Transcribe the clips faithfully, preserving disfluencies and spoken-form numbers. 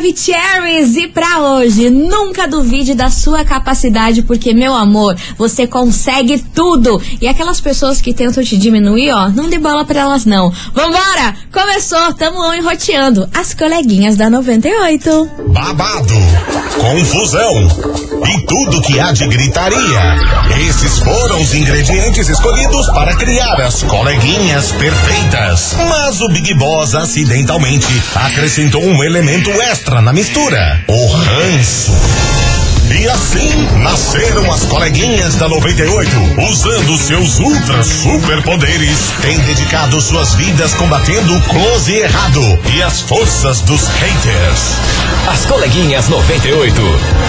Maravicheries, e pra hoje, nunca duvide da sua capacidade, porque, meu amor, você consegue tudo. E aquelas pessoas que tentam te diminuir, ó, não dê bola pra elas não. Vambora! Começou, tamo enroteando as coleguinhas da noventa e oito. Babado, confusão e tudo que há de gritaria. Esses foram os ingredientes escolhidos para criar as coleguinhas perfeitas. Mas o Big Boss acidentalmente acrescentou um elemento extra na mistura: o ranço. E assim nasceram as coleguinhas da noventa e oito, usando seus ultra superpoderes, têm dedicado suas vidas combatendo o close e errado e as forças dos haters. As coleguinhas noventa e oito.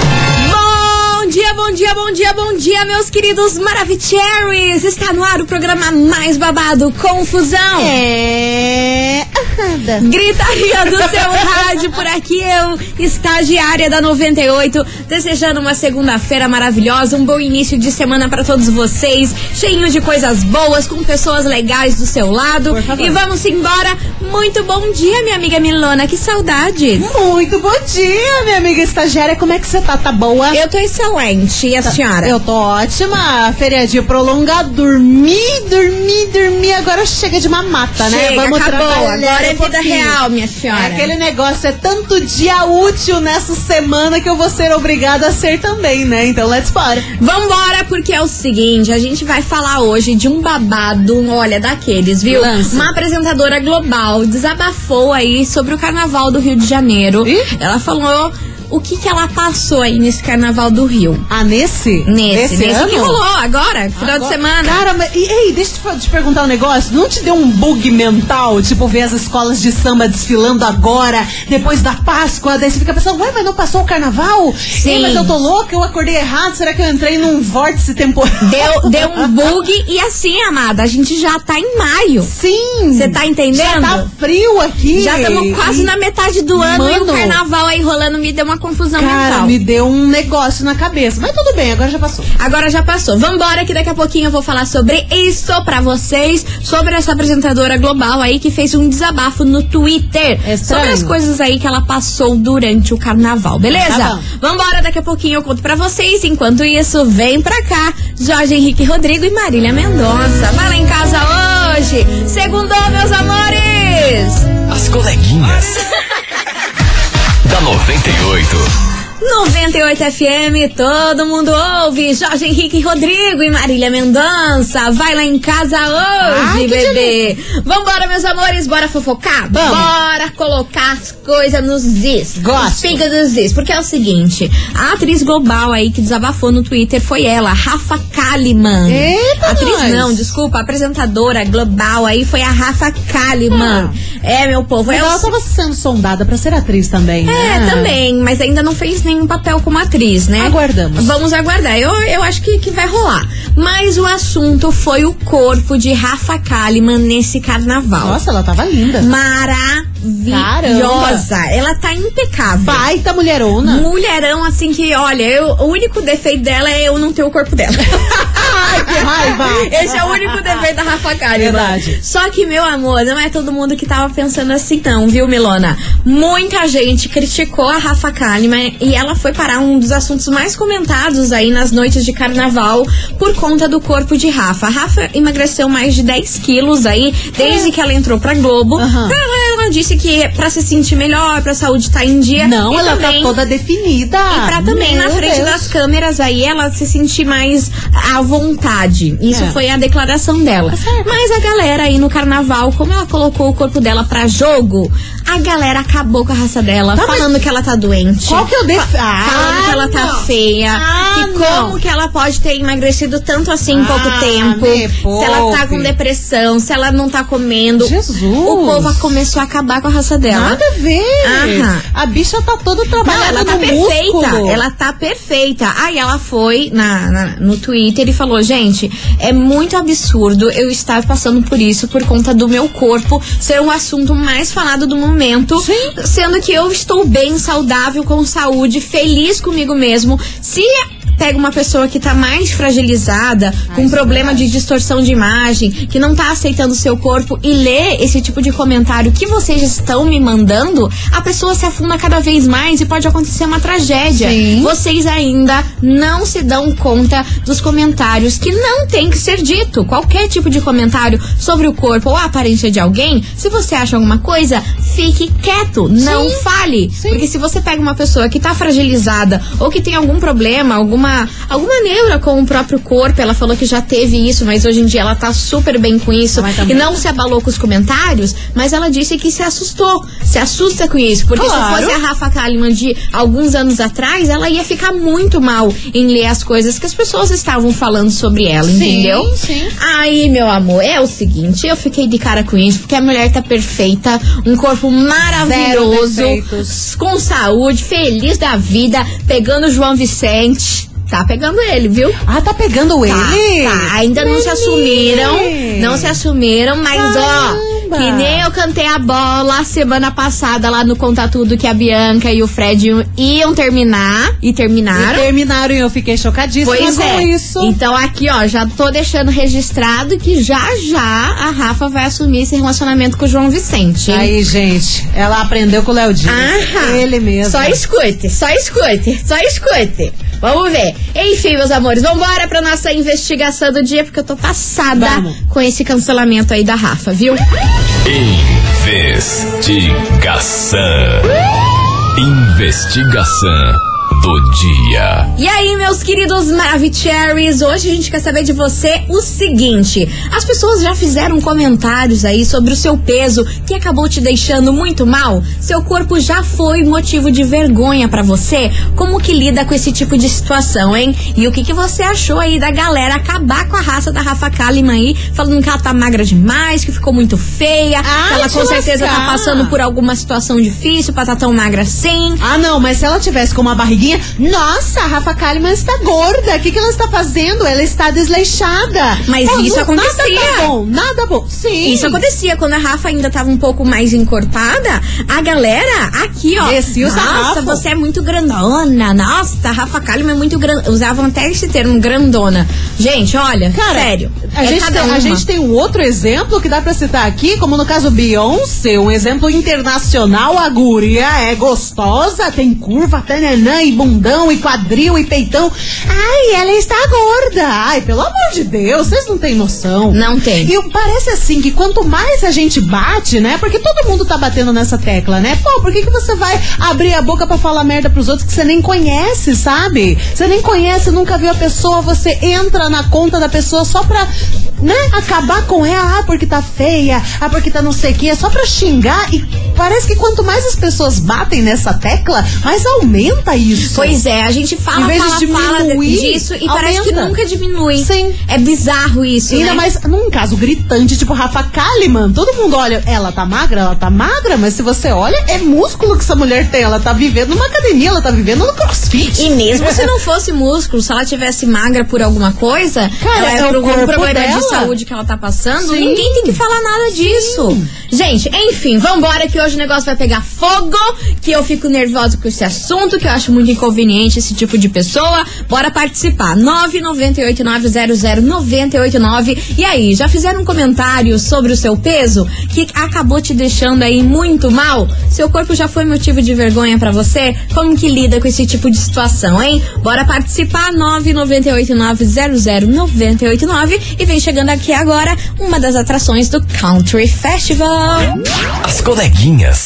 Bom dia, bom dia, bom dia, bom dia, meus queridos Maravicheries. Está no ar o programa mais babado, Confusão. É... Gritaria do seu rádio, por aqui eu, estagiária da noventa e oito, desejando uma segunda-feira maravilhosa, um bom início de semana pra todos vocês, cheio de coisas boas, com pessoas legais do seu lado. E vamos embora. Muito bom dia, minha amiga Milona, que saudades. Muito bom dia, minha amiga estagiária, como é que você tá? Tá boa? Eu tô excelente, e a tá, senhora? Eu tô ótima, feriadinho prolongado, dormi, dormi, dormi, agora chega de mamata, chega, né? Vamos acabou, trabalhar. Agora é vida real, minha senhora. É aquele negócio, é tanto dia útil nessa semana que eu vou ser obrigada a ser também, né? Então, let's bora. Vambora, porque é o seguinte, a gente vai falar hoje de um babado, olha, daqueles, viu? Lance. Uma apresentadora global desabafou aí sobre o Carnaval do Rio de Janeiro. Ih? Ela falou o que que ela passou aí nesse Carnaval do Rio. Ah, nesse? Nesse, Esse nesse ano? que rolou agora, final agora, de semana. Cara, mas, e, ei, deixa eu te perguntar um negócio. Não te deu um bug mental, tipo, ver as escolas de samba desfilando agora, depois da Páscoa, daí você fica pensando, ué, mas não passou o Carnaval? Sim. Ei, mas eu tô louca, eu acordei errado, será que eu entrei num vórtice temporal? Deu, deu um bug e assim, amada, a gente já tá em maio. Sim. Você tá entendendo? Já tá frio aqui. Já estamos quase e... na metade do ano. Mano, e o Carnaval aí rolando me deu uma confusão cara, mental. me deu um negócio na cabeça. Mas tudo bem, agora já passou. Agora já passou. Vambora que daqui a pouquinho eu vou falar sobre isso pra vocês, sobre essa apresentadora global aí que fez um desabafo no Twitter. É sobre as coisas aí que ela passou durante o Carnaval, beleza? Tá bom. Vambora, daqui a pouquinho eu conto pra vocês. Enquanto isso, vem pra cá Jorge Henrique Rodrigo e Marília Mendonça. Vai lá em casa hoje. Segundou, meus amores. As coleguinhas da noventa e oito. noventa e oito F M, todo mundo ouve. Jorge Henrique Rodrigo e Marília Mendonça. Vai lá em casa hoje, Ai, bebê. Vambora, meus amores, bora fofocar? Vamos. Bora colocar as coisas nos is. Gosto. Fica dos is. Porque é o seguinte, a atriz global aí que desabafou no Twitter foi ela, Rafa Kalimann. Eita, atriz nós. não, desculpa, a apresentadora global aí foi a Rafa Kalimann. Ah. É, meu povo. Mas é ela o... tava sendo sondada pra ser atriz também, É, né? também, mas ainda não fez nenhum papel como atriz, né? Aguardamos. Vamos aguardar. Eu, eu acho que, que vai rolar. Mas o assunto foi o corpo de Rafa Kalimann nesse carnaval. Nossa, ela tava linda. Maravilhosa. Caramba. Ela tá impecável. Baita mulherona. Mulherão, assim que, olha, eu, o único defeito dela é eu não ter o corpo dela. Ai, que raiva. Esse é o único defeito da Rafa Kalimann. Verdade. Só que, meu amor, não é todo mundo que tava pensando assim não, viu, Milona? Muita gente criticou a Rafa Kalimann e ela foi parar um dos assuntos mais comentados aí nas noites de carnaval por conta do corpo de Rafa. A Rafa emagreceu mais de dez quilos aí desde é. que ela entrou pra Globo. Uhum. Ela, ela disse que pra se sentir melhor, pra saúde estar tá em dia. Não, e ela também, tá toda definida. E pra também, Meu na frente Deus. das câmeras aí, ela se sentir mais à vontade. Isso é. foi a declaração dela. Tá Mas a galera aí no carnaval, como ela colocou o corpo dela pra jogo, a galera acabou com a raça dela, tá, falando que ela tá doente. Qual que é o def... fa ah, Falando que ela tá não. feia. Ah, e como não. que ela pode ter emagrecido tanto assim em ah, pouco tempo. Se ela tá com depressão, se ela não tá comendo. Jesus. O povo começou a acabar com a raça dela. Nada a ver. Aham. A bicha tá toda trabalhando Não, ela tá no perfeita. músculo. Ela tá perfeita. Aí ela foi na, na, no Twitter e falou, gente, é muito absurdo eu estar passando por isso por conta do meu corpo ser o assunto mais falado do mundo momento, Sim. sendo que eu estou bem, saudável, com saúde, feliz comigo mesmo. Se pega uma pessoa que tá mais fragilizada, Ai, com problema é de distorção de imagem, que não tá aceitando o seu corpo e lê esse tipo de comentário que vocês estão me mandando, a pessoa se afunda cada vez mais e pode acontecer uma tragédia. Sim. Vocês ainda não se dão conta dos comentários que não tem que ser dito. Qualquer tipo de comentário sobre o corpo ou a aparência de alguém, se você acha alguma coisa, fique quieto, não Sim. fale. Sim. Porque se você pega uma pessoa que tá fragilizada ou que tem algum problema, alguma Uma, alguma neura com o próprio corpo, ela falou que já teve isso, mas hoje em dia ela tá super bem com isso e não se abalou com os comentários, mas ela disse que se assustou, se assusta com isso, porque claro. se fosse a Rafa Kalimann de alguns anos atrás, ela ia ficar muito mal em ler as coisas que as pessoas estavam falando sobre ela, sim, entendeu? Sim. Aí, meu amor, é o seguinte, eu fiquei de cara com isso, porque a mulher tá perfeita, um corpo maravilhoso, com saúde, feliz da vida, pegando o João Vicente. Tá pegando ele, viu? Ah, tá pegando tá, ele? Tá, ainda não se assumiram, não se assumiram, mas Caramba. ó, que nem eu cantei a bola semana passada lá no Conta Tudo que a Bianca e o Fred iam terminar, e terminaram. E terminaram e eu fiquei chocadíssima pois com é. isso. Então aqui, ó, já tô deixando registrado que já já a Rafa vai assumir esse relacionamento com o João Vicente. Hein? Aí, gente, ela aprendeu com o Léo Dias. Aham. Ele mesmo. Só escute, só escute, só escute. Vamos ver. Enfim, meus amores, vambora pra nossa investigação do dia, porque eu tô passada Vamos. com esse cancelamento aí da Rafa, viu? Investigação. Investigação do dia. E aí, meus queridos Maravicheries, hoje a gente quer saber de você o seguinte: as pessoas já fizeram comentários aí sobre o seu peso que acabou te deixando muito mal? Seu corpo já foi motivo de vergonha pra você? Como que lida com esse tipo de situação, hein? E o que que você achou aí da galera acabar com a raça da Rafa Kalimann aí, falando que ela tá magra demais, que ficou muito feia, Ai, que ela com certeza lascar. tá passando por alguma situação difícil pra tá tão magra assim? Ah, não, mas se ela tivesse com uma barriguinha, nossa, a Rafa Kalimann está gorda. O que, que ela está fazendo? Ela está desleixada. Mas Pô, isso acontecia. Nada bom, nada bom. Sim. Isso acontecia quando a Rafa ainda estava um pouco mais encorpada. A galera aqui, ó. Descia o nossa, sarrafo. você é muito grandona. Nossa, a Rafa Kalimann é muito grandona. Usavam até esse termo, grandona. Gente, olha, Cara, sério. A, é gente tem, a gente tem um outro exemplo que dá pra citar aqui, como no caso Beyoncé, um exemplo internacional. A guria é gostosa, tem curva, tananã e bundão e quadril e peitão. Ai, ela está gorda. Ai, pelo amor de Deus, vocês não têm noção. Não tem. E parece assim que quanto mais a gente bate, né? Porque todo mundo tá batendo nessa tecla, né? Pô, por que que você vai abrir a boca pra falar merda pros outros que você nem conhece, sabe? Você nem conhece, nunca viu a pessoa, você entra na conta da pessoa só pra, né? Acabar com ela. Ah, porque tá feia. Ah, porque tá não sei o que. É só pra xingar. E parece que quanto mais as pessoas batem nessa tecla, mais aumenta isso. Pois é, a gente fala, em vez fala, de fala disso e aumenta. parece que nunca diminui. Sim. É bizarro isso, Ainda né? mais num caso gritante, tipo Rafa Kalimann. Todo mundo olha, ela tá magra, ela tá magra, mas se você olha, é músculo que essa mulher tem. Ela tá vivendo numa academia, ela tá vivendo no crossfit. E mesmo se não fosse músculo, se ela tivesse magra por alguma coisa, Cara, ela é, é por o algum corpo problema dela. de saúde que ela tá passando, Sim. ninguém tem que falar nada disso. Sim. Gente, enfim, vambora que hoje o negócio vai pegar fogo, que eu fico nervosa com esse assunto, que eu acho muito inconveniente esse tipo de pessoa. Bora participar. nove nove oito nove zero zero nove oito nove. E aí, já fizeram um comentário sobre o seu peso que acabou te deixando aí muito mal? Seu corpo já foi motivo de vergonha pra você? Como que lida com esse tipo de situação, hein? Bora participar. nove nove oito nove zero zero nove oito nove. E vem chegando aqui agora uma das atrações do Country Festival. As coleguinhas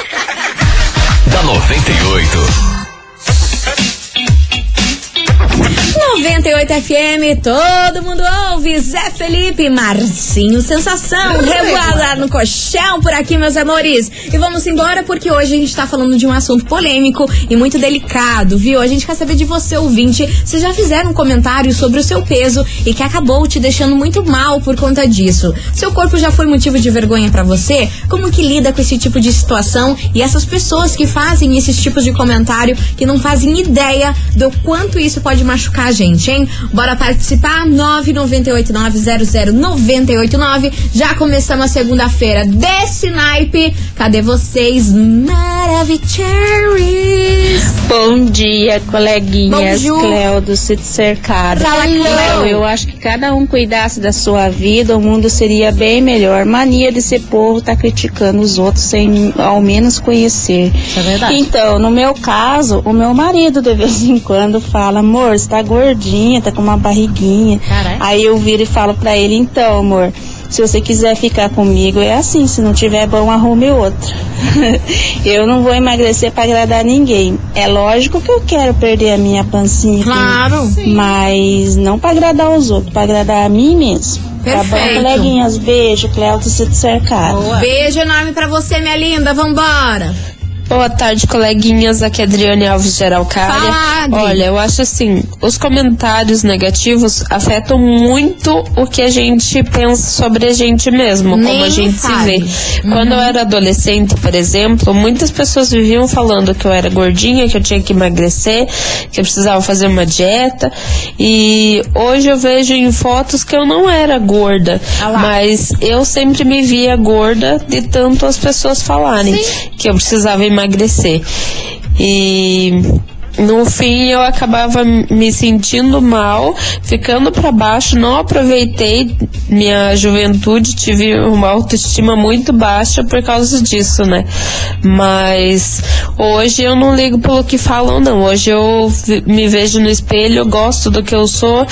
da noventa e oito. noventa e oito F M, todo mundo ouve. Zé Felipe, Marcinho Sensação, revoada no colchão por aqui, meus amores. E vamos embora porque hoje a gente tá falando de um assunto polêmico e muito delicado, viu? A gente quer saber de você, ouvinte, se já fizeram um comentário sobre o seu peso e que acabou te deixando muito mal por conta disso. Seu corpo já foi motivo de vergonha pra você? Como que lida com esse tipo de situação? E essas pessoas que fazem esses tipos de comentário que não fazem ideia do quanto isso pode machucar a gente, hein? Bora participar, nove nove oito nove zero zero nove oito nove. Já começamos a segunda-feira desse naipe. Cadê vocês, Maravicheries? Bom dia, coleguinhas. Bom, Cléo do Sítio Cercado. Fala, Cléo, eu acho que cada um cuidasse da sua vida, o mundo seria bem melhor. Mania desse povo tá criticando os outros sem ao menos conhecer. Isso é verdade. Então, no meu caso, o meu marido de vez em quando fala: amor, você tá gordinha, tá com uma barriguinha. Caralho. Aí eu viro e falo pra ele: então, amor, se você quiser ficar comigo, é assim, se não tiver bom, arrume outro. Eu não vou emagrecer pra agradar ninguém. É lógico que eu quero perder a minha pancinha, Claro. mas não pra agradar os outros, pra agradar a mim mesmo. Tá bom, Perfeito. coleguinhas? Beijo, Cléo do Sítio Cercado. Boa. Beijo enorme pra você, minha linda. Vambora. Boa tarde, coleguinhas. Aqui é Adriane Alves de Araucária. Fala, Adri. Olha, eu acho assim, os comentários negativos afetam muito o que a gente pensa sobre a gente mesmo, Nem como a gente fale. se vê. Quando eu era adolescente, por exemplo, muitas pessoas viviam falando que eu era gordinha, que eu tinha que emagrecer, que eu precisava fazer uma dieta. E hoje eu vejo em fotos que eu não era gorda, Ah lá. mas eu sempre me via gorda de tanto as pessoas falarem que eu precisava emagrecer. E no fim eu acabava me sentindo mal, ficando pra baixo, não aproveitei minha juventude, tive uma autoestima muito baixa por causa disso, né? Mas hoje eu não ligo pelo que falam, não. Hoje eu vi- me vejo no espelho, gosto do que eu sou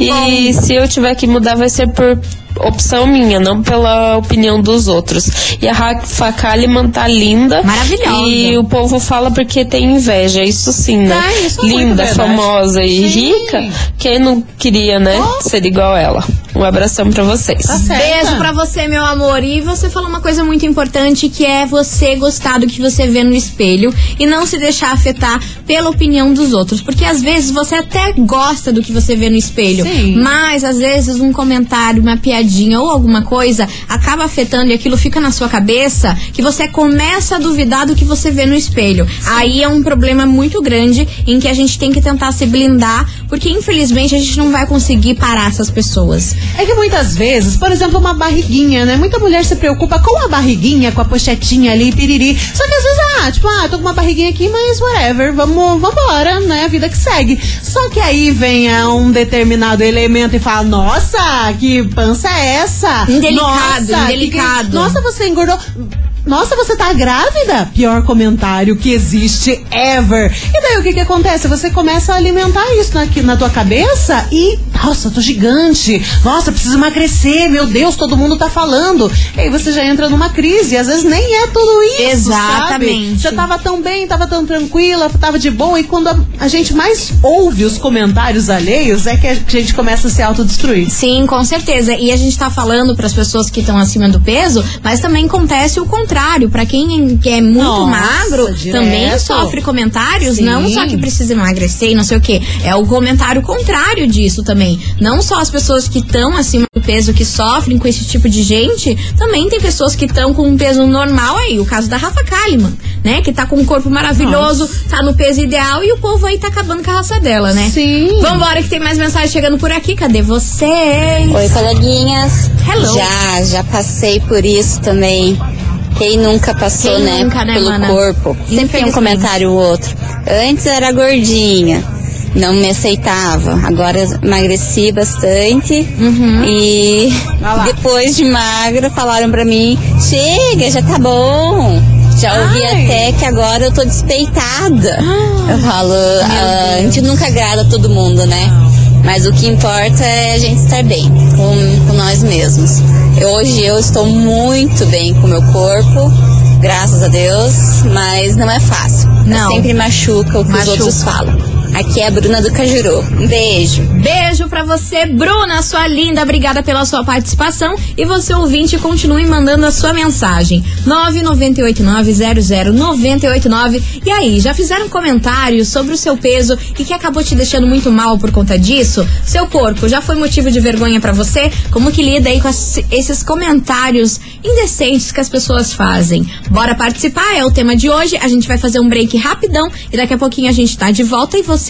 e se eu tiver que mudar vai ser por opção minha, não pela opinião dos outros. E a Rafa Kalimann tá linda. Maravilhosa. E o povo fala porque tem inveja, isso sim, né? Tá, isso é muito Linda, verdade. famosa e Sim. rica. Quem não queria, né? Ser igual ela. Um abração pra vocês. Tá certo. Beijo pra você, meu amor. E você falou uma coisa muito importante, que é você gostar do que você vê no espelho e não se deixar afetar pela opinião dos outros. Porque às vezes você até gosta do que você vê no espelho, Sim. mas às vezes um comentário, uma piadinha ou alguma coisa acaba afetando e aquilo fica na sua cabeça, que você começa a duvidar do que você vê no espelho. Aí é um problema muito grande em que a gente tem que tentar se blindar, porque infelizmente a gente não vai conseguir parar essas pessoas. É que muitas vezes, por exemplo, uma barriguinha, né? Muita mulher se preocupa com a barriguinha, com a pochetinha ali, piriri. Só que às vezes, ah, tipo, ah, tô com uma barriguinha aqui, mas whatever, vamos, vambora, né? A vida que segue. Só que aí vem ah, um determinado elemento e fala: nossa, que pança é essa? Indelicado, nossa, indelicado. Que, nossa, você engordou. Nossa, você tá grávida? Pior comentário que existe ever. E daí o que que acontece? Você começa a alimentar isso na, na tua cabeça e, nossa, eu tô gigante. Nossa, preciso emagrecer. Meu Deus, todo mundo tá falando. E aí você já entra numa crise. E às vezes nem é tudo isso, Exatamente. sabe? Você tava tão bem, tava tão tranquila, tava de boa. E quando a, a gente mais ouve os comentários alheios, é que a gente começa a se autodestruir. Sim, com certeza. E a gente tá falando para as pessoas que estão acima do peso, mas também acontece o contrário. Para quem é muito Nossa, magro, direto. também sofre comentários, Sim. não só que precisa emagrecer e não sei o que. É o comentário contrário disso também. Não só as pessoas que estão acima do peso que sofrem com esse tipo de gente, também tem pessoas que estão com um peso normal aí. O caso da Rafa Kalimann, né? Que tá com um corpo maravilhoso, Nossa. tá no peso ideal e o povo aí tá acabando com a raça dela, né? Sim. Vambora que tem mais mensagem chegando por aqui. Cadê vocês? Oi, coleguinhas. Hello. Já, já passei por isso também. Quem nunca passou, Quem né? nunca, né, pelo mana? corpo. Sempre tem um Infelizmente. comentário ou outro. Antes era gordinha, não me aceitava. Agora emagreci bastante. Uhum. E Vai lá. depois de magra falaram pra mim: chega, já tá bom. Já ouvi Ai. até que agora eu tô despeitada. Eu falo, ah, a gente nunca agrada todo mundo, né? Mas o que importa é a gente estar bem com, com nós mesmos. Eu, hoje eu estou muito bem com o meu corpo, graças a Deus, mas não é fácil. Não. Sempre machuca o que Machuca. os outros falam. Aqui é a Bruna do Cajuru. Um beijo. Beijo pra você, Bruna, sua linda. Obrigada pela sua participação. E você, ouvinte, continue mandando a sua mensagem. nove nove oito nove zero zero nove oito nove. E aí, já fizeram comentários sobre o seu peso e que acabou te deixando muito mal por conta disso? Seu corpo já foi motivo de vergonha pra você? Como que lida aí com as- esses comentários indecentes que as pessoas fazem? Bora participar, é o tema de hoje. A gente vai fazer um break rapidão e daqui a pouquinho a gente tá de volta e você,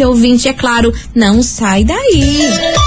você ouvinte, é claro, não sai daí.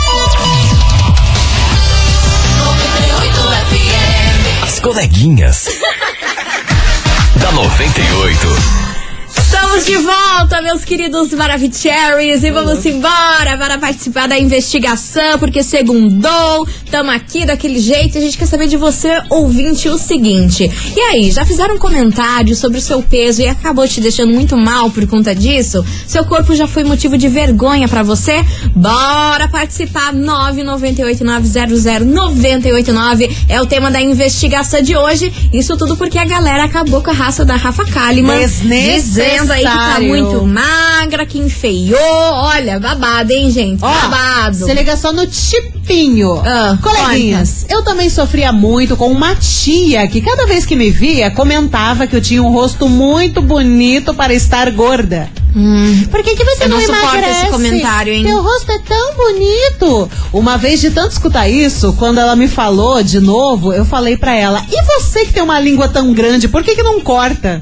As coleguinhas da noventa e oito. Estamos de volta, meus queridos Maravicheries, e vamos embora para participar da investigação, porque segundou, tamo aqui daquele jeito, e a gente quer saber de você, ouvinte, o seguinte: e aí, já fizeram um comentário sobre o seu peso e acabou te deixando muito mal por conta disso? Seu corpo já foi motivo de vergonha pra você? Bora participar. Nove nove oito nove zero zero nove oito nove é o tema da investigação de hoje. Isso tudo porque a galera acabou com a raça da Rafa Kalimann, dizendo aí que tá muito magra, que enfeiou. Olha, babado, hein, gente? Ó, babado. Você liga só no tipinho. Ah, Coleguinhas, conta. Eu também sofria muito com uma tia que cada vez que me via comentava que eu tinha um rosto muito bonito para estar gorda. Hum. Por que, que você eu não, não suporto emagrece? Esse comentário, hein? Teu rosto é tão bonito. Uma vez de tanto escutar isso, quando ela me falou de novo, eu falei pra ela: e você que tem uma língua tão grande, por que que não corta?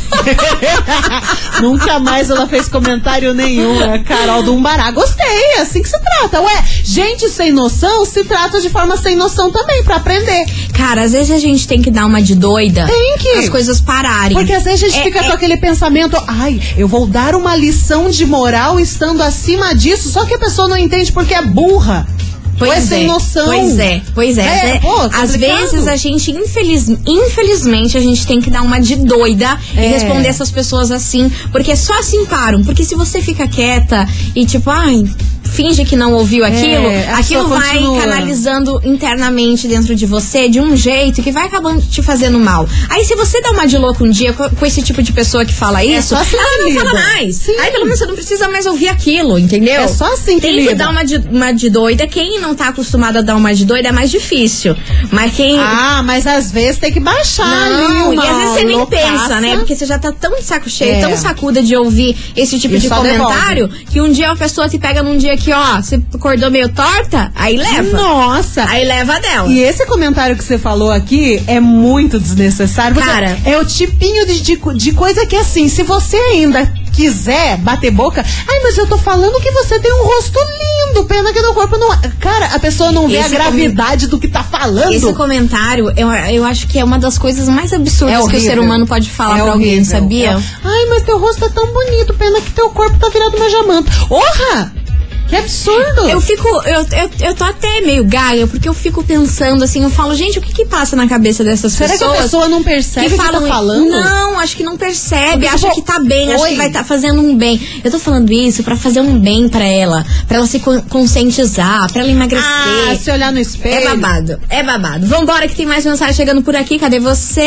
Nunca mais ela fez comentário nenhum. A Carol do Umbará. Gostei, é assim que se trata. Ué, gente sem noção se trata de forma sem noção também, pra aprender. Cara, às vezes a gente tem que dar uma de doida. Tem que. As coisas pararem. Porque às vezes a gente é, fica é... com aquele pensamento: ai, eu vou dar uma lição de moral estando acima disso, só que a pessoa não entende porque é burra. Pois Ou é, é sem noção. Pois é, pois é. é, é pô, às vezes a gente, infeliz, infelizmente, a gente tem que dar uma de doida é. e responder essas pessoas assim, porque só assim param. Porque se você fica quieta e tipo, ai, finge que não ouviu aquilo, é, aquilo vai continua. canalizando internamente dentro de você de um jeito que vai acabando te fazendo mal. Aí se você dá uma de louco um dia com, com esse tipo de pessoa que fala isso, só assim ela não fala mais. Sim. Aí pelo menos você não precisa mais ouvir aquilo, entendeu? É só assim que tem que lida. dar uma de, uma de doida. Quem não tá acostumado a dar uma de doida é mais difícil. Mas quem... Ah, mas às vezes tem que baixar Não, ali uma e às vezes você nem loucaça. pensa, né? Porque você já tá tão de saco cheio, É. tão sacuda de ouvir esse tipo E de só comentário, que um dia a pessoa te pega num dia que, ó, você acordou meio torta, aí leva. Nossa! Aí leva dela. E esse comentário que você falou aqui é muito desnecessário. Porque Cara, é o tipinho de, de, de coisa que, assim, se você ainda quiser bater boca, ai, mas eu tô falando que você tem um rosto lindo, pena que no corpo não... Cara, a pessoa não vê Esse a gravidade do que tá falando. Esse comentário, eu, eu acho que é uma das coisas mais absurdas É que o horrível. ser humano pode falar É pra alguém, horrível. sabia? É. Ai, mas teu rosto é tão bonito, pena que teu corpo tá virado uma jamanta. Orra! Que absurdo! Eu fico, eu, eu, eu tô até meio gaga, porque eu fico pensando assim, eu falo, gente, o que que passa na cabeça dessas Será pessoas? que a pessoa não percebe o que tá falam, falando? Não, acho que não percebe, Porque, acha tipo, que tá bem, acha oi. que vai estar tá fazendo um bem. Eu tô falando isso pra fazer um bem pra ela, pra ela se con- conscientizar, pra ela emagrecer. Ah, se olhar no espelho. É babado, é babado. Vambora que tem mais mensagem chegando por aqui, cadê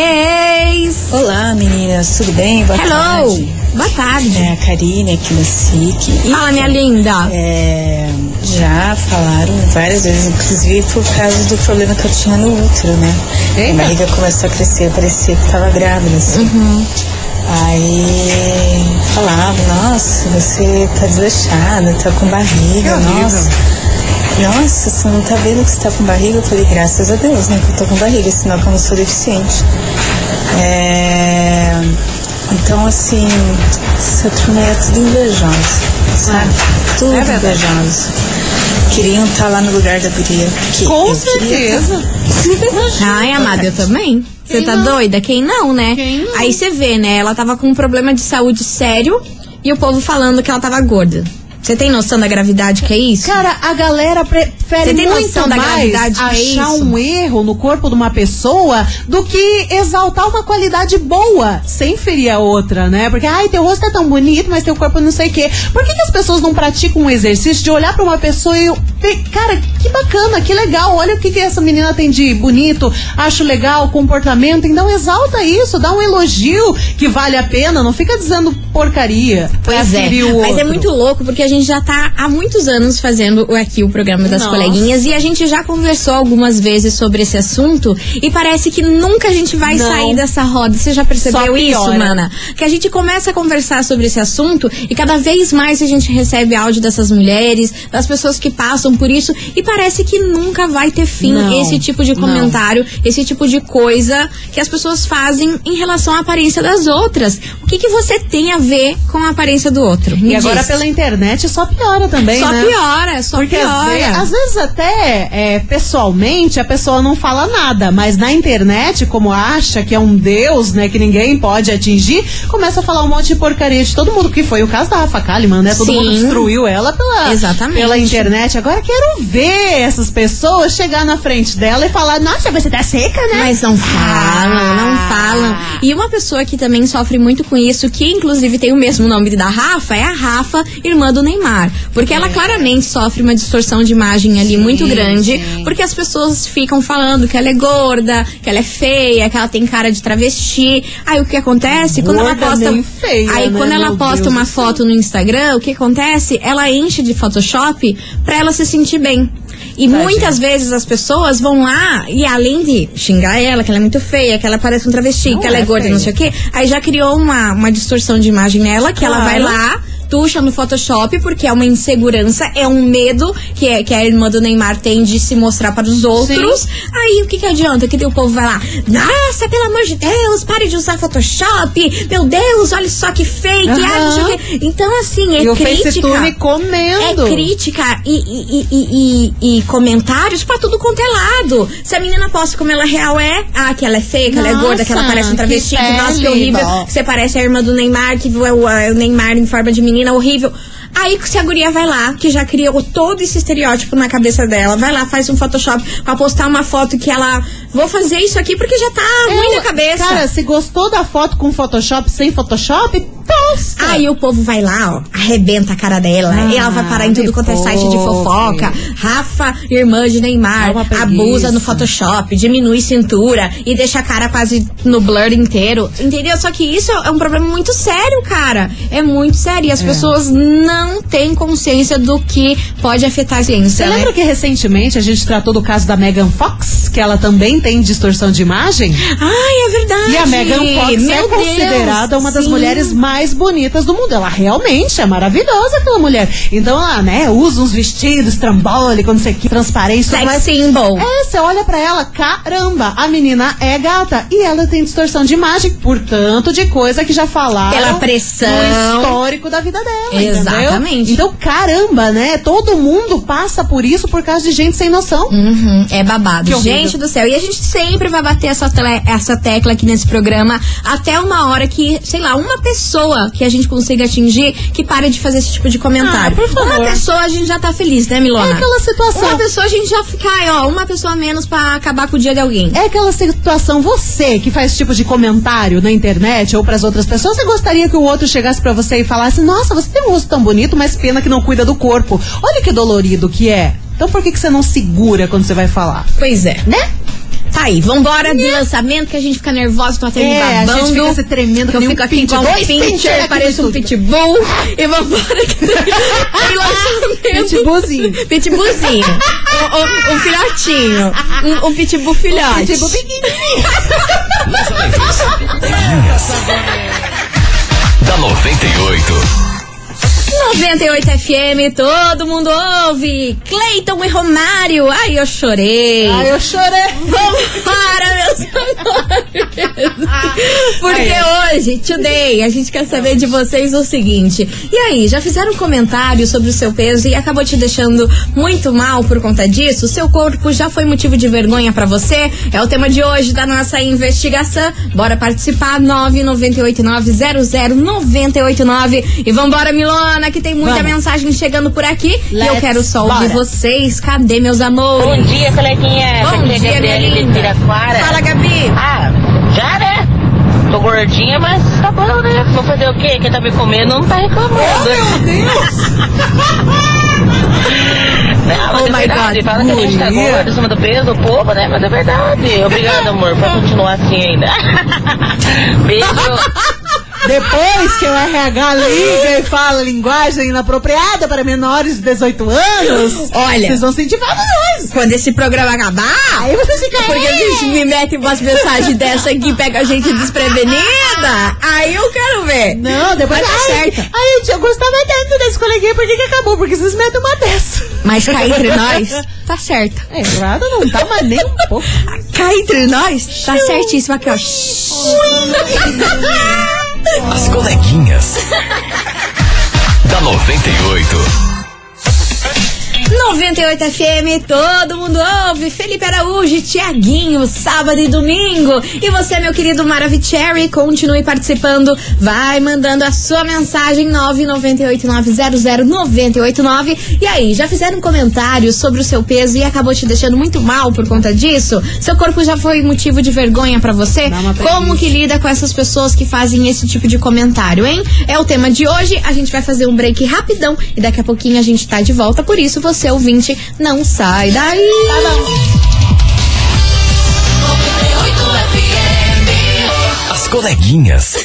vocês? Olá, meninas, tudo bem? Boa Hello, tarde. boa tarde. É a Karine aqui da S I C. Fala, minha linda. É, já falaram várias vezes, inclusive por causa do problema que eu tinha no útero, né? Eita. A barriga começou a crescer, parecia que tava grávida, assim. Uhum. Aí falavam, nossa, você tá desleixada, tá com barriga, horrível. nossa. Nossa, você não tá vendo que você tá com barriga? Eu falei, graças a Deus, né, que eu tô com barriga, senão que eu não sou deficiente. É... Então, assim, essa turma é tudo invejosa, sabe? Tudo É verdade. invejosa. Queriam estar lá no lugar da guria. Que Com eu certeza. Ai, amada, eu também. Você Quem tá não? doida? Quem não, né? Quem não? Aí você vê, né? Ela tava com um problema de saúde sério e o povo falando que ela tava gorda. Você tem noção da gravidade que é isso? Cara, a galera prefere Você tem muito noção da mais gravidade que é achar isso? um erro no corpo de uma pessoa do que exaltar uma qualidade boa, sem ferir a outra, né? Porque, ai, teu rosto é tão bonito, mas teu corpo não sei o quê. Por que, que as pessoas não praticam um exercício de olhar pra uma pessoa e... Cara, que bacana, que legal, olha o que, que essa menina tem de bonito, acho legal, comportamento. Então exalta isso, dá um elogio que vale a pena, não fica dizendo porcaria. pra Pois é, ferir o mas é outro. muito louco porque a gente já tá há muitos anos fazendo o- aqui o programa das Nossa. coleguinhas e a gente já conversou algumas vezes sobre esse assunto e parece que nunca a gente vai Não. sair dessa roda. Você já percebeu Só isso, piora. mana? Que a gente começa a conversar sobre esse assunto e cada vez mais a gente recebe áudio dessas mulheres, das pessoas que passam passam por isso e parece que nunca vai ter fim Não, esse tipo de comentário, não. esse tipo de coisa que as pessoas fazem em relação à aparência das outras. O que, que você tem a ver com a aparência do outro? Me e agora diz. Pela internet só piora também, só né? Só piora, só Porque piora. Às vezes, às vezes até é, pessoalmente a pessoa não fala nada, mas na internet, como acha que é um deus, né, que ninguém pode atingir, começa a falar um monte de porcaria de todo mundo, que foi o caso da Rafa Kalimann, né? Todo Sim. mundo destruiu ela pela, Exatamente. pela internet. Agora quero ver essas pessoas chegar na frente dela e falar, nossa, você tá seca, né? Mas não falam, ah. não falam. E uma pessoa que também sofre muito com isso, que inclusive tem o mesmo nome da Rafa, é a Rafa, irmã do Neymar. Porque é. ela claramente sofre uma distorção de imagem ali sim, muito grande, sim. porque as pessoas ficam falando que ela é gorda, que ela é feia, que ela tem cara de travesti. Aí o que acontece? Quando gorda, ela posta. Feia, aí né? quando ela Meu posta Deus uma foto no Instagram, o que acontece? Ela enche de Photoshop pra ela se sentir bem. E Tadinha. muitas vezes as pessoas vão lá e além de xingar ela, que ela é muito feia, que ela parece um travesti, não que ela é, é gorda, feia. não sei o quê, aí já criou uma, uma distorção de imagem nela, que claro. ela vai lá, tuxa no Photoshop, porque é uma insegurança, é um medo que, é, que a irmã do Neymar tem de se mostrar para os outros. Sim. Aí o que que adianta? Que o povo vai lá, nossa, pelo amor de Deus, pare de usar Photoshop, meu Deus, olha só que fake, uhum. ah, não sei o quê. Então assim, é e crítica. O comendo. É crítica e, e, e, e, e comentários pra tudo quanto é lado. Se a menina posta como ela real é, ah, que ela é feia, que nossa, ela é gorda, que ela parece um travesti, que, que nossa, que horrível, bom. que você parece a irmã do Neymar, que é o, é o Neymar em forma de menina, horrível. Aí se a guria vai lá, que já criou todo esse estereótipo na cabeça dela, vai lá, faz um Photoshop pra postar uma foto que ela, vou fazer isso aqui porque já tá é, ruim na cabeça. Cara, se gostou da foto com Photoshop, sem Photoshop, posta. Aí o povo vai lá, ó, arrebenta a cara dela, ah, e ela vai parar em tudo quanto é site de fofoca. Rafa, irmã de Neymar, abusa no Photoshop, diminui cintura e deixa a cara quase no blur inteiro, entendeu? Só que isso é um problema muito sério, cara. É muito sério e as é. pessoas não não tem consciência do que pode afetar a gente. Você né? lembra que recentemente a gente tratou do caso da Megan Fox, que ela também tem distorção de imagem? Ai, é verdade. E a Megan Fox Meu é considerada Deus, uma das sim. mulheres mais bonitas do mundo. Ela realmente é maravilhosa, aquela mulher. Então ela, né, usa uns vestidos trambólicos, não sei o que, transparente. Sex mas... symbol. É, você olha pra ela, caramba, a menina é gata. E ela tem distorção de imagem, portanto, de coisa que já falaram. Pela pressão. No histórico da vida dela. Exatamente. Entendeu? Então, caramba, né? Todo mundo passa por isso por causa de gente sem noção. Uhum, é babado. Gente do céu. E a gente sempre vai bater essa, tele, essa tecla aqui nesse programa até uma hora que, sei lá, uma pessoa que a gente consiga atingir que pare de fazer esse tipo de comentário. Ah, por favor. Uma pessoa a gente já tá feliz, né, Milona? É aquela situação. Uma pessoa a gente já fica, ó, uma pessoa a menos pra acabar com o dia de alguém. É aquela situação, você que faz esse tipo de comentário na internet ou pras outras pessoas, você gostaria que o outro chegasse pra você e falasse, nossa, você tem um rosto tão bonito, mas pena que não cuida do corpo. Olha que dolorido que é. Então por que, que você não segura quando você vai falar? Pois é. Né? Tá aí, vambora de lançamento que a gente fica nervosa, tô até me é, babando. A gente fica se tremendo, que eu fico aqui igual um pincher, parece um pitbull. E vambora que tem lançamento. Pitbullzinho. Pitbullzinho. um, um, um filhotinho. Um, um pitbull filhote. Um pitbull pequenininho. Da noventa e oito. noventa e oito F M, todo mundo ouve. Cleiton e Romário. Ai, eu chorei. Ai, eu chorei. Vambora, meus amores. Porque Ai, hoje, today, a gente quer saber de vocês o seguinte. E aí, já fizeram um comentário sobre o seu peso e acabou te deixando muito mal por conta disso? Seu corpo já foi motivo de vergonha pra você? É o tema de hoje da nossa investigação. Bora participar. nove nove oito nove zero zero nove oito nove. E vambora, Milona, que tem muita Vamos. mensagem chegando por aqui. Let's e eu quero só ouvir bora. vocês. Cadê, meus amores? Bom dia, coleguinha. Bom Aqui dia, é minha Gabriela de Piraquara. Fala, Gabi. Ah, já, né? Tô gordinha, mas tá bom, né? Vou fazer o quê? Quem tá me comendo não tá reclamando. Oh, meu Deus! Não, mas oh é verdade. God, Fala que a gente tá gordo em cima do peso do povo, né? Mas é verdade. Obrigada, amor, por continuar assim ainda. Beijo. Depois que o R H liga e fala linguagem inapropriada para menores de dezoito anos, olha, vocês vão sentir falta de nós. Quando esse programa acabar, aí vocês ficam. Porque a gente me mete umas mensagens dessa aqui e pega a gente desprevenida. Aí eu quero ver. Não, depois tá certo. Aí eu gostava tanto desse coleguinha, por que que acabou? Porque vocês metem uma dessa. Mas cá entre nós, tá certo. É, claro, não tá, mas nem um pouco. Cá entre nós, tá certíssimo aqui, ó. As coleguinhas da noventa e oito. noventa e oito F M, todo mundo ouve. Felipe Araújo, Tiaguinho, sábado e domingo. E você, meu querido Maravicherry, continue participando. Vai mandando a sua mensagem nove nove oito nove zero zero nove oito nove. E aí, já fizeram um comentário sobre o seu peso e acabou te deixando muito mal por conta disso? Seu corpo já foi motivo de vergonha pra você? Como que lida com essas pessoas que fazem esse tipo de comentário, hein? É o tema de hoje. A gente vai fazer um break rapidão e daqui a pouquinho a gente tá de volta. Por isso, você ouvinte, não sai daí. Tá bom. As coleguinhas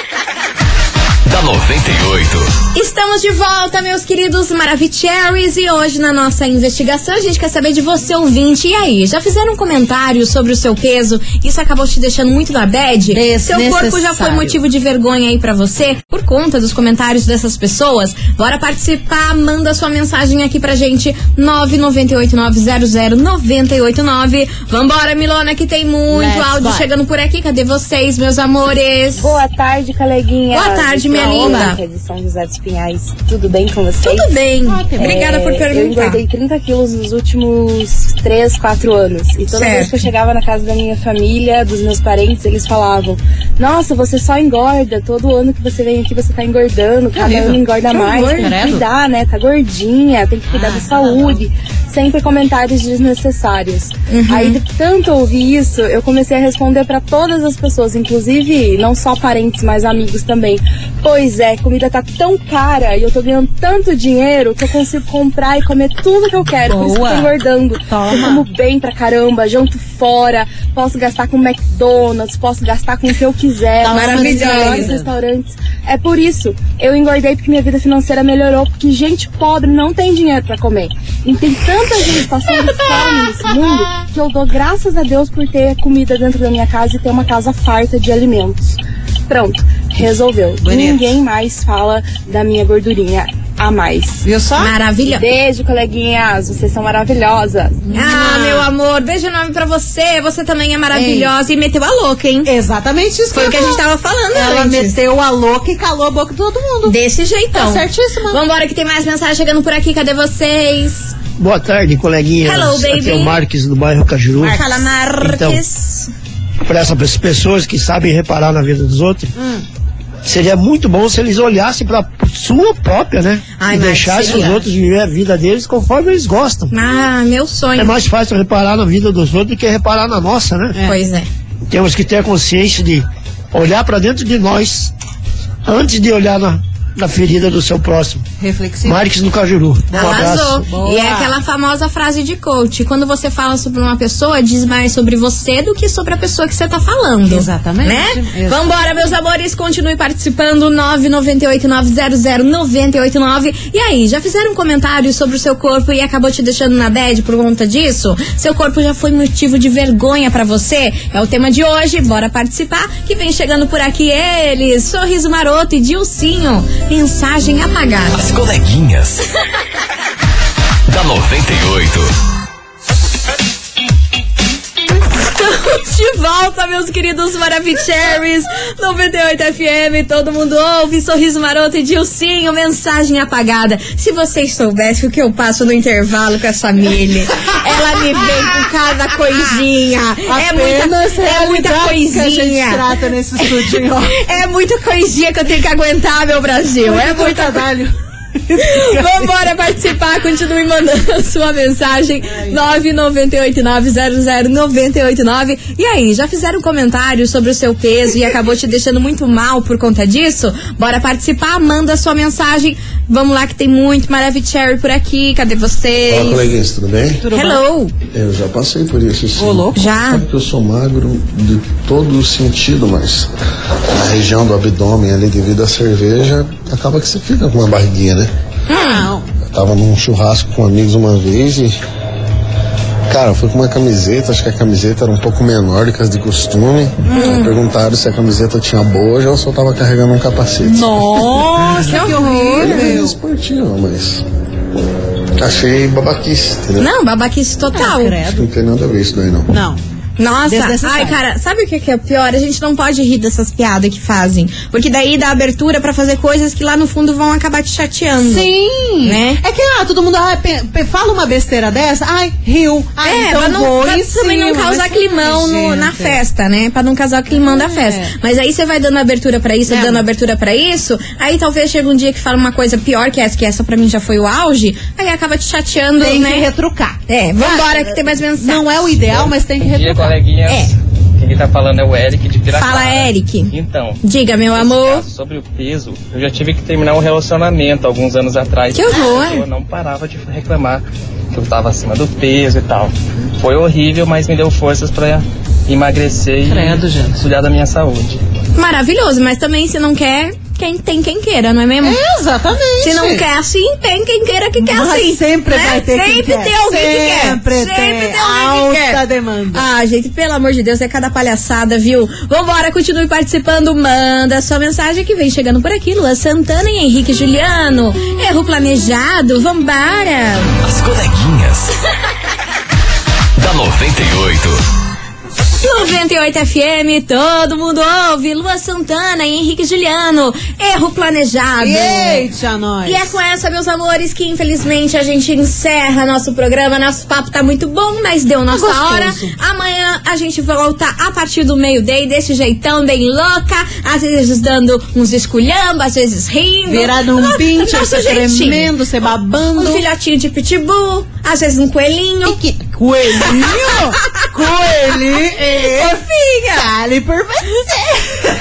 da noventa e oito. Estamos de volta, meus queridos Maravicheries, e hoje na nossa investigação a gente quer saber de você, ouvinte. E aí, já fizeram um comentário sobre o seu peso? Isso acabou te deixando muito na bad? Seu corpo já foi motivo de vergonha aí pra você por conta dos comentários dessas pessoas? Bora participar, manda sua mensagem aqui pra gente, nove nove oito nove zero zero nove oito nove. Vambora, Milona, que tem muito Let's áudio boy. chegando por aqui. Cadê vocês, meus amores? Boa tarde, coleguinha. Boa tarde, minha linda. É de São José dos Pinhais. Tudo bem com vocês? Tudo bem. Ótimo. Obrigada é, por perguntar. Eu engordei trinta quilos nos últimos três, quatro anos. E toda certo. vez que eu chegava na casa da minha família, dos meus parentes, eles falavam: nossa, você só engorda. Todo ano que você vem aqui, você tá engordando. Cada é ano engorda que mais. Tem que cuidar, né? Tá gordinha, tem que cuidar ah, da saúde. Sempre comentários desnecessários. Uhum. Aí, de tanto ouvir isso, eu comecei a responder pra todas as pessoas, inclusive não só parentes, mas amigos também. Pois é, comida tá tão cara e eu tô ganhando tanto dinheiro que eu consigo comprar e comer tudo que eu quero. Boa. Por isso que eu tô engordando. Toma. Eu como bem pra caramba, janto fora, posso gastar com McDonald's, posso gastar com o que eu quiser. Tá maravilhoso. Restaurantes. É por isso, eu engordei porque minha vida financeira melhorou, porque gente pobre não tem dinheiro pra comer. E tem tanta gente passando fome nesse mundo que eu dou graças a Deus por ter comida dentro da minha casa e ter uma casa farta de alimentos. Pronto, resolveu. Bonito. Ninguém mais fala da minha gordurinha a mais. Viu só? Maravilhosa. Beijo, coleguinhas. Vocês são maravilhosas. Ah, meu amor, beijo enorme pra você. Você também é maravilhosa. Ei. E meteu a louca, hein? Exatamente isso. Foi o que a gente tava falando. Ela antes. meteu a louca e calou a boca de todo mundo. Desse jeitão. Tá certíssimo. Vambora que tem mais mensagem chegando por aqui. Cadê vocês? Boa tarde, coleguinha. Hello, baby. Aqui é o Marques do bairro Cajuru. Fala, Marques. Então, para essas pessoas que sabem reparar na vida dos outros, hum. seria muito bom se eles olhassem para sua própria, né? Ai, e deixassem os outros viver a vida deles conforme eles gostam. Ah, meu sonho. É mais fácil reparar na vida dos outros do que reparar na nossa, né? É. Pois é. Temos que ter consciência de olhar para dentro de nós antes de olhar na na ferida do seu próximo. Reflexivo. Marques no Cajuru. Um Arrasou. E é aquela famosa frase de coach: quando você fala sobre uma pessoa, diz mais sobre você do que sobre a pessoa que você tá falando. Exatamente. Né? Exatamente. Vambora, meus amores, continue participando. nove nove oito nove zero zero nove oito nove. E aí, já fizeram um comentário sobre o seu corpo e acabou te deixando na bad por conta disso? Seu corpo já foi motivo de vergonha pra você? É o tema de hoje. Bora participar, que vem chegando por aqui eles: Sorriso Maroto e Dilcinho. Mensagem apagada. As coleguinhas da noventa e oito. Estamos de volta, meus queridos Maravicheries. noventa e oito F M, todo mundo ouve. Sorriso Maroto e Dilcinho, mensagem apagada. Se vocês soubessem o que eu passo no intervalo com essa Mili, ela me vem com cada coisinha. É muita, é muita coisinha. Que a gente trata nesse estúdio. É muita coisinha que eu tenho que aguentar, meu Brasil. Muito é muito trabalho. Vambora participar, continue mandando a sua mensagem nove nove oito nove zero zero nove oito nove. E aí, já fizeram um comentário sobre o seu peso e acabou te deixando muito mal por conta disso? Bora participar, manda a sua mensagem. Vamos lá que tem muito Maravicherry por aqui. Cadê vocês? Olá, coleguinhas, tudo bem? Tudo Hello. Bem? Eu já passei por isso, sim. Ô, louco. Já? Sabe que eu sou magro de todo sentido, mas na região do abdômen ali, devido à cerveja, acaba que você fica com uma barriguinha, né? Não. Eu tava num churrasco com amigos uma vez e, cara, eu fui com uma camiseta, acho que a camiseta era um pouco menor do que as de costume. Hum. Perguntaram se a camiseta tinha boja ou se eu tava carregando um capacete. Nossa, que horrível. É esportivo, mas achei babaquice, entendeu? Não, babaquice total. Ah, não tem nada a ver isso daí, não. Não. Nossa, ai, cara, sabe o que é pior? A gente não pode rir dessas piadas que fazem. Porque daí dá abertura pra fazer coisas que lá no fundo vão acabar te chateando. Sim. Né? É que, ah, todo mundo ah, pe, pe, fala uma besteira dessa, ai, riu. Ah, é, então pra, não, vou pra em também cima, não causar climão no, na festa, né? Pra não causar o climão é. da festa. Mas aí você vai dando abertura pra isso, é. dando abertura pra isso, aí talvez chegue um dia que fala uma coisa pior que essa, que essa pra mim já foi o auge, aí acaba te chateando, tem né? Tem que retrucar. É, vambora ah, que tem mais mensagem. Não é o ideal, mas tem que retrucar. Dia, coleguinhas. É. Quem tá falando é o Eric de Piracicaba. Fala, Eric. Então. Diga, meu amor. Caso, sobre o peso, eu já tive que terminar um relacionamento alguns anos atrás. Que horror. Eu não parava de reclamar que eu tava acima do peso e tal. Foi horrível, mas me deu forças pra emagrecer Credo, e gente. cuidar da minha saúde. Maravilhoso, mas também se não quer, quem tem quem queira, não é mesmo? É, exatamente. Se não quer assim, tem quem queira que quer mas assim. Sempre né? vai ter sempre quem quer. tem alguém sempre que quer. Sempre tem. Sempre tem alguém Alta que quer. demanda. Ah, gente, pelo amor de Deus, é cada palhaçada, viu? Vambora, continue participando, manda sua mensagem que vem chegando por aqui. Lua Santana e Henrique Juliano. Erro planejado, vambora. As coleguinhas da noventa e oito. noventa e oito F M, todo mundo ouve. Lua Santana e Henrique Juliano. Erro planejado. Eita, nós. E é com essa, meus amores, que infelizmente a gente encerra nosso programa. Nosso papo tá muito bom, mas deu nossa Gostoso. hora. Amanhã a gente volta a partir do meio-dia, desse jeitão bem louca. Às vezes dando uns esculhambos, às vezes rindo. Virado um pinche, você tremendo, você babando. Um filhotinho de pitbull, às vezes um coelhinho. E que... Coelhinho? Coelhinho? Ô, filha! Fale por você!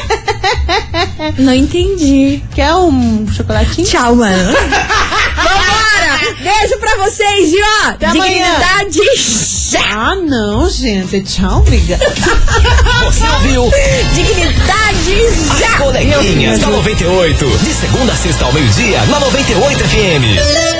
Não entendi. Quer um chocolatinho? Tchau, mano. Vambora! Beijo pra vocês, e ó, até dignidade já! Ah, não, gente. Tchau, amiga. Você ouviu? Dignidade já! As coleguinhas da noventa e oito. De segunda a sexta ao meio-dia, na noventa e oito F M.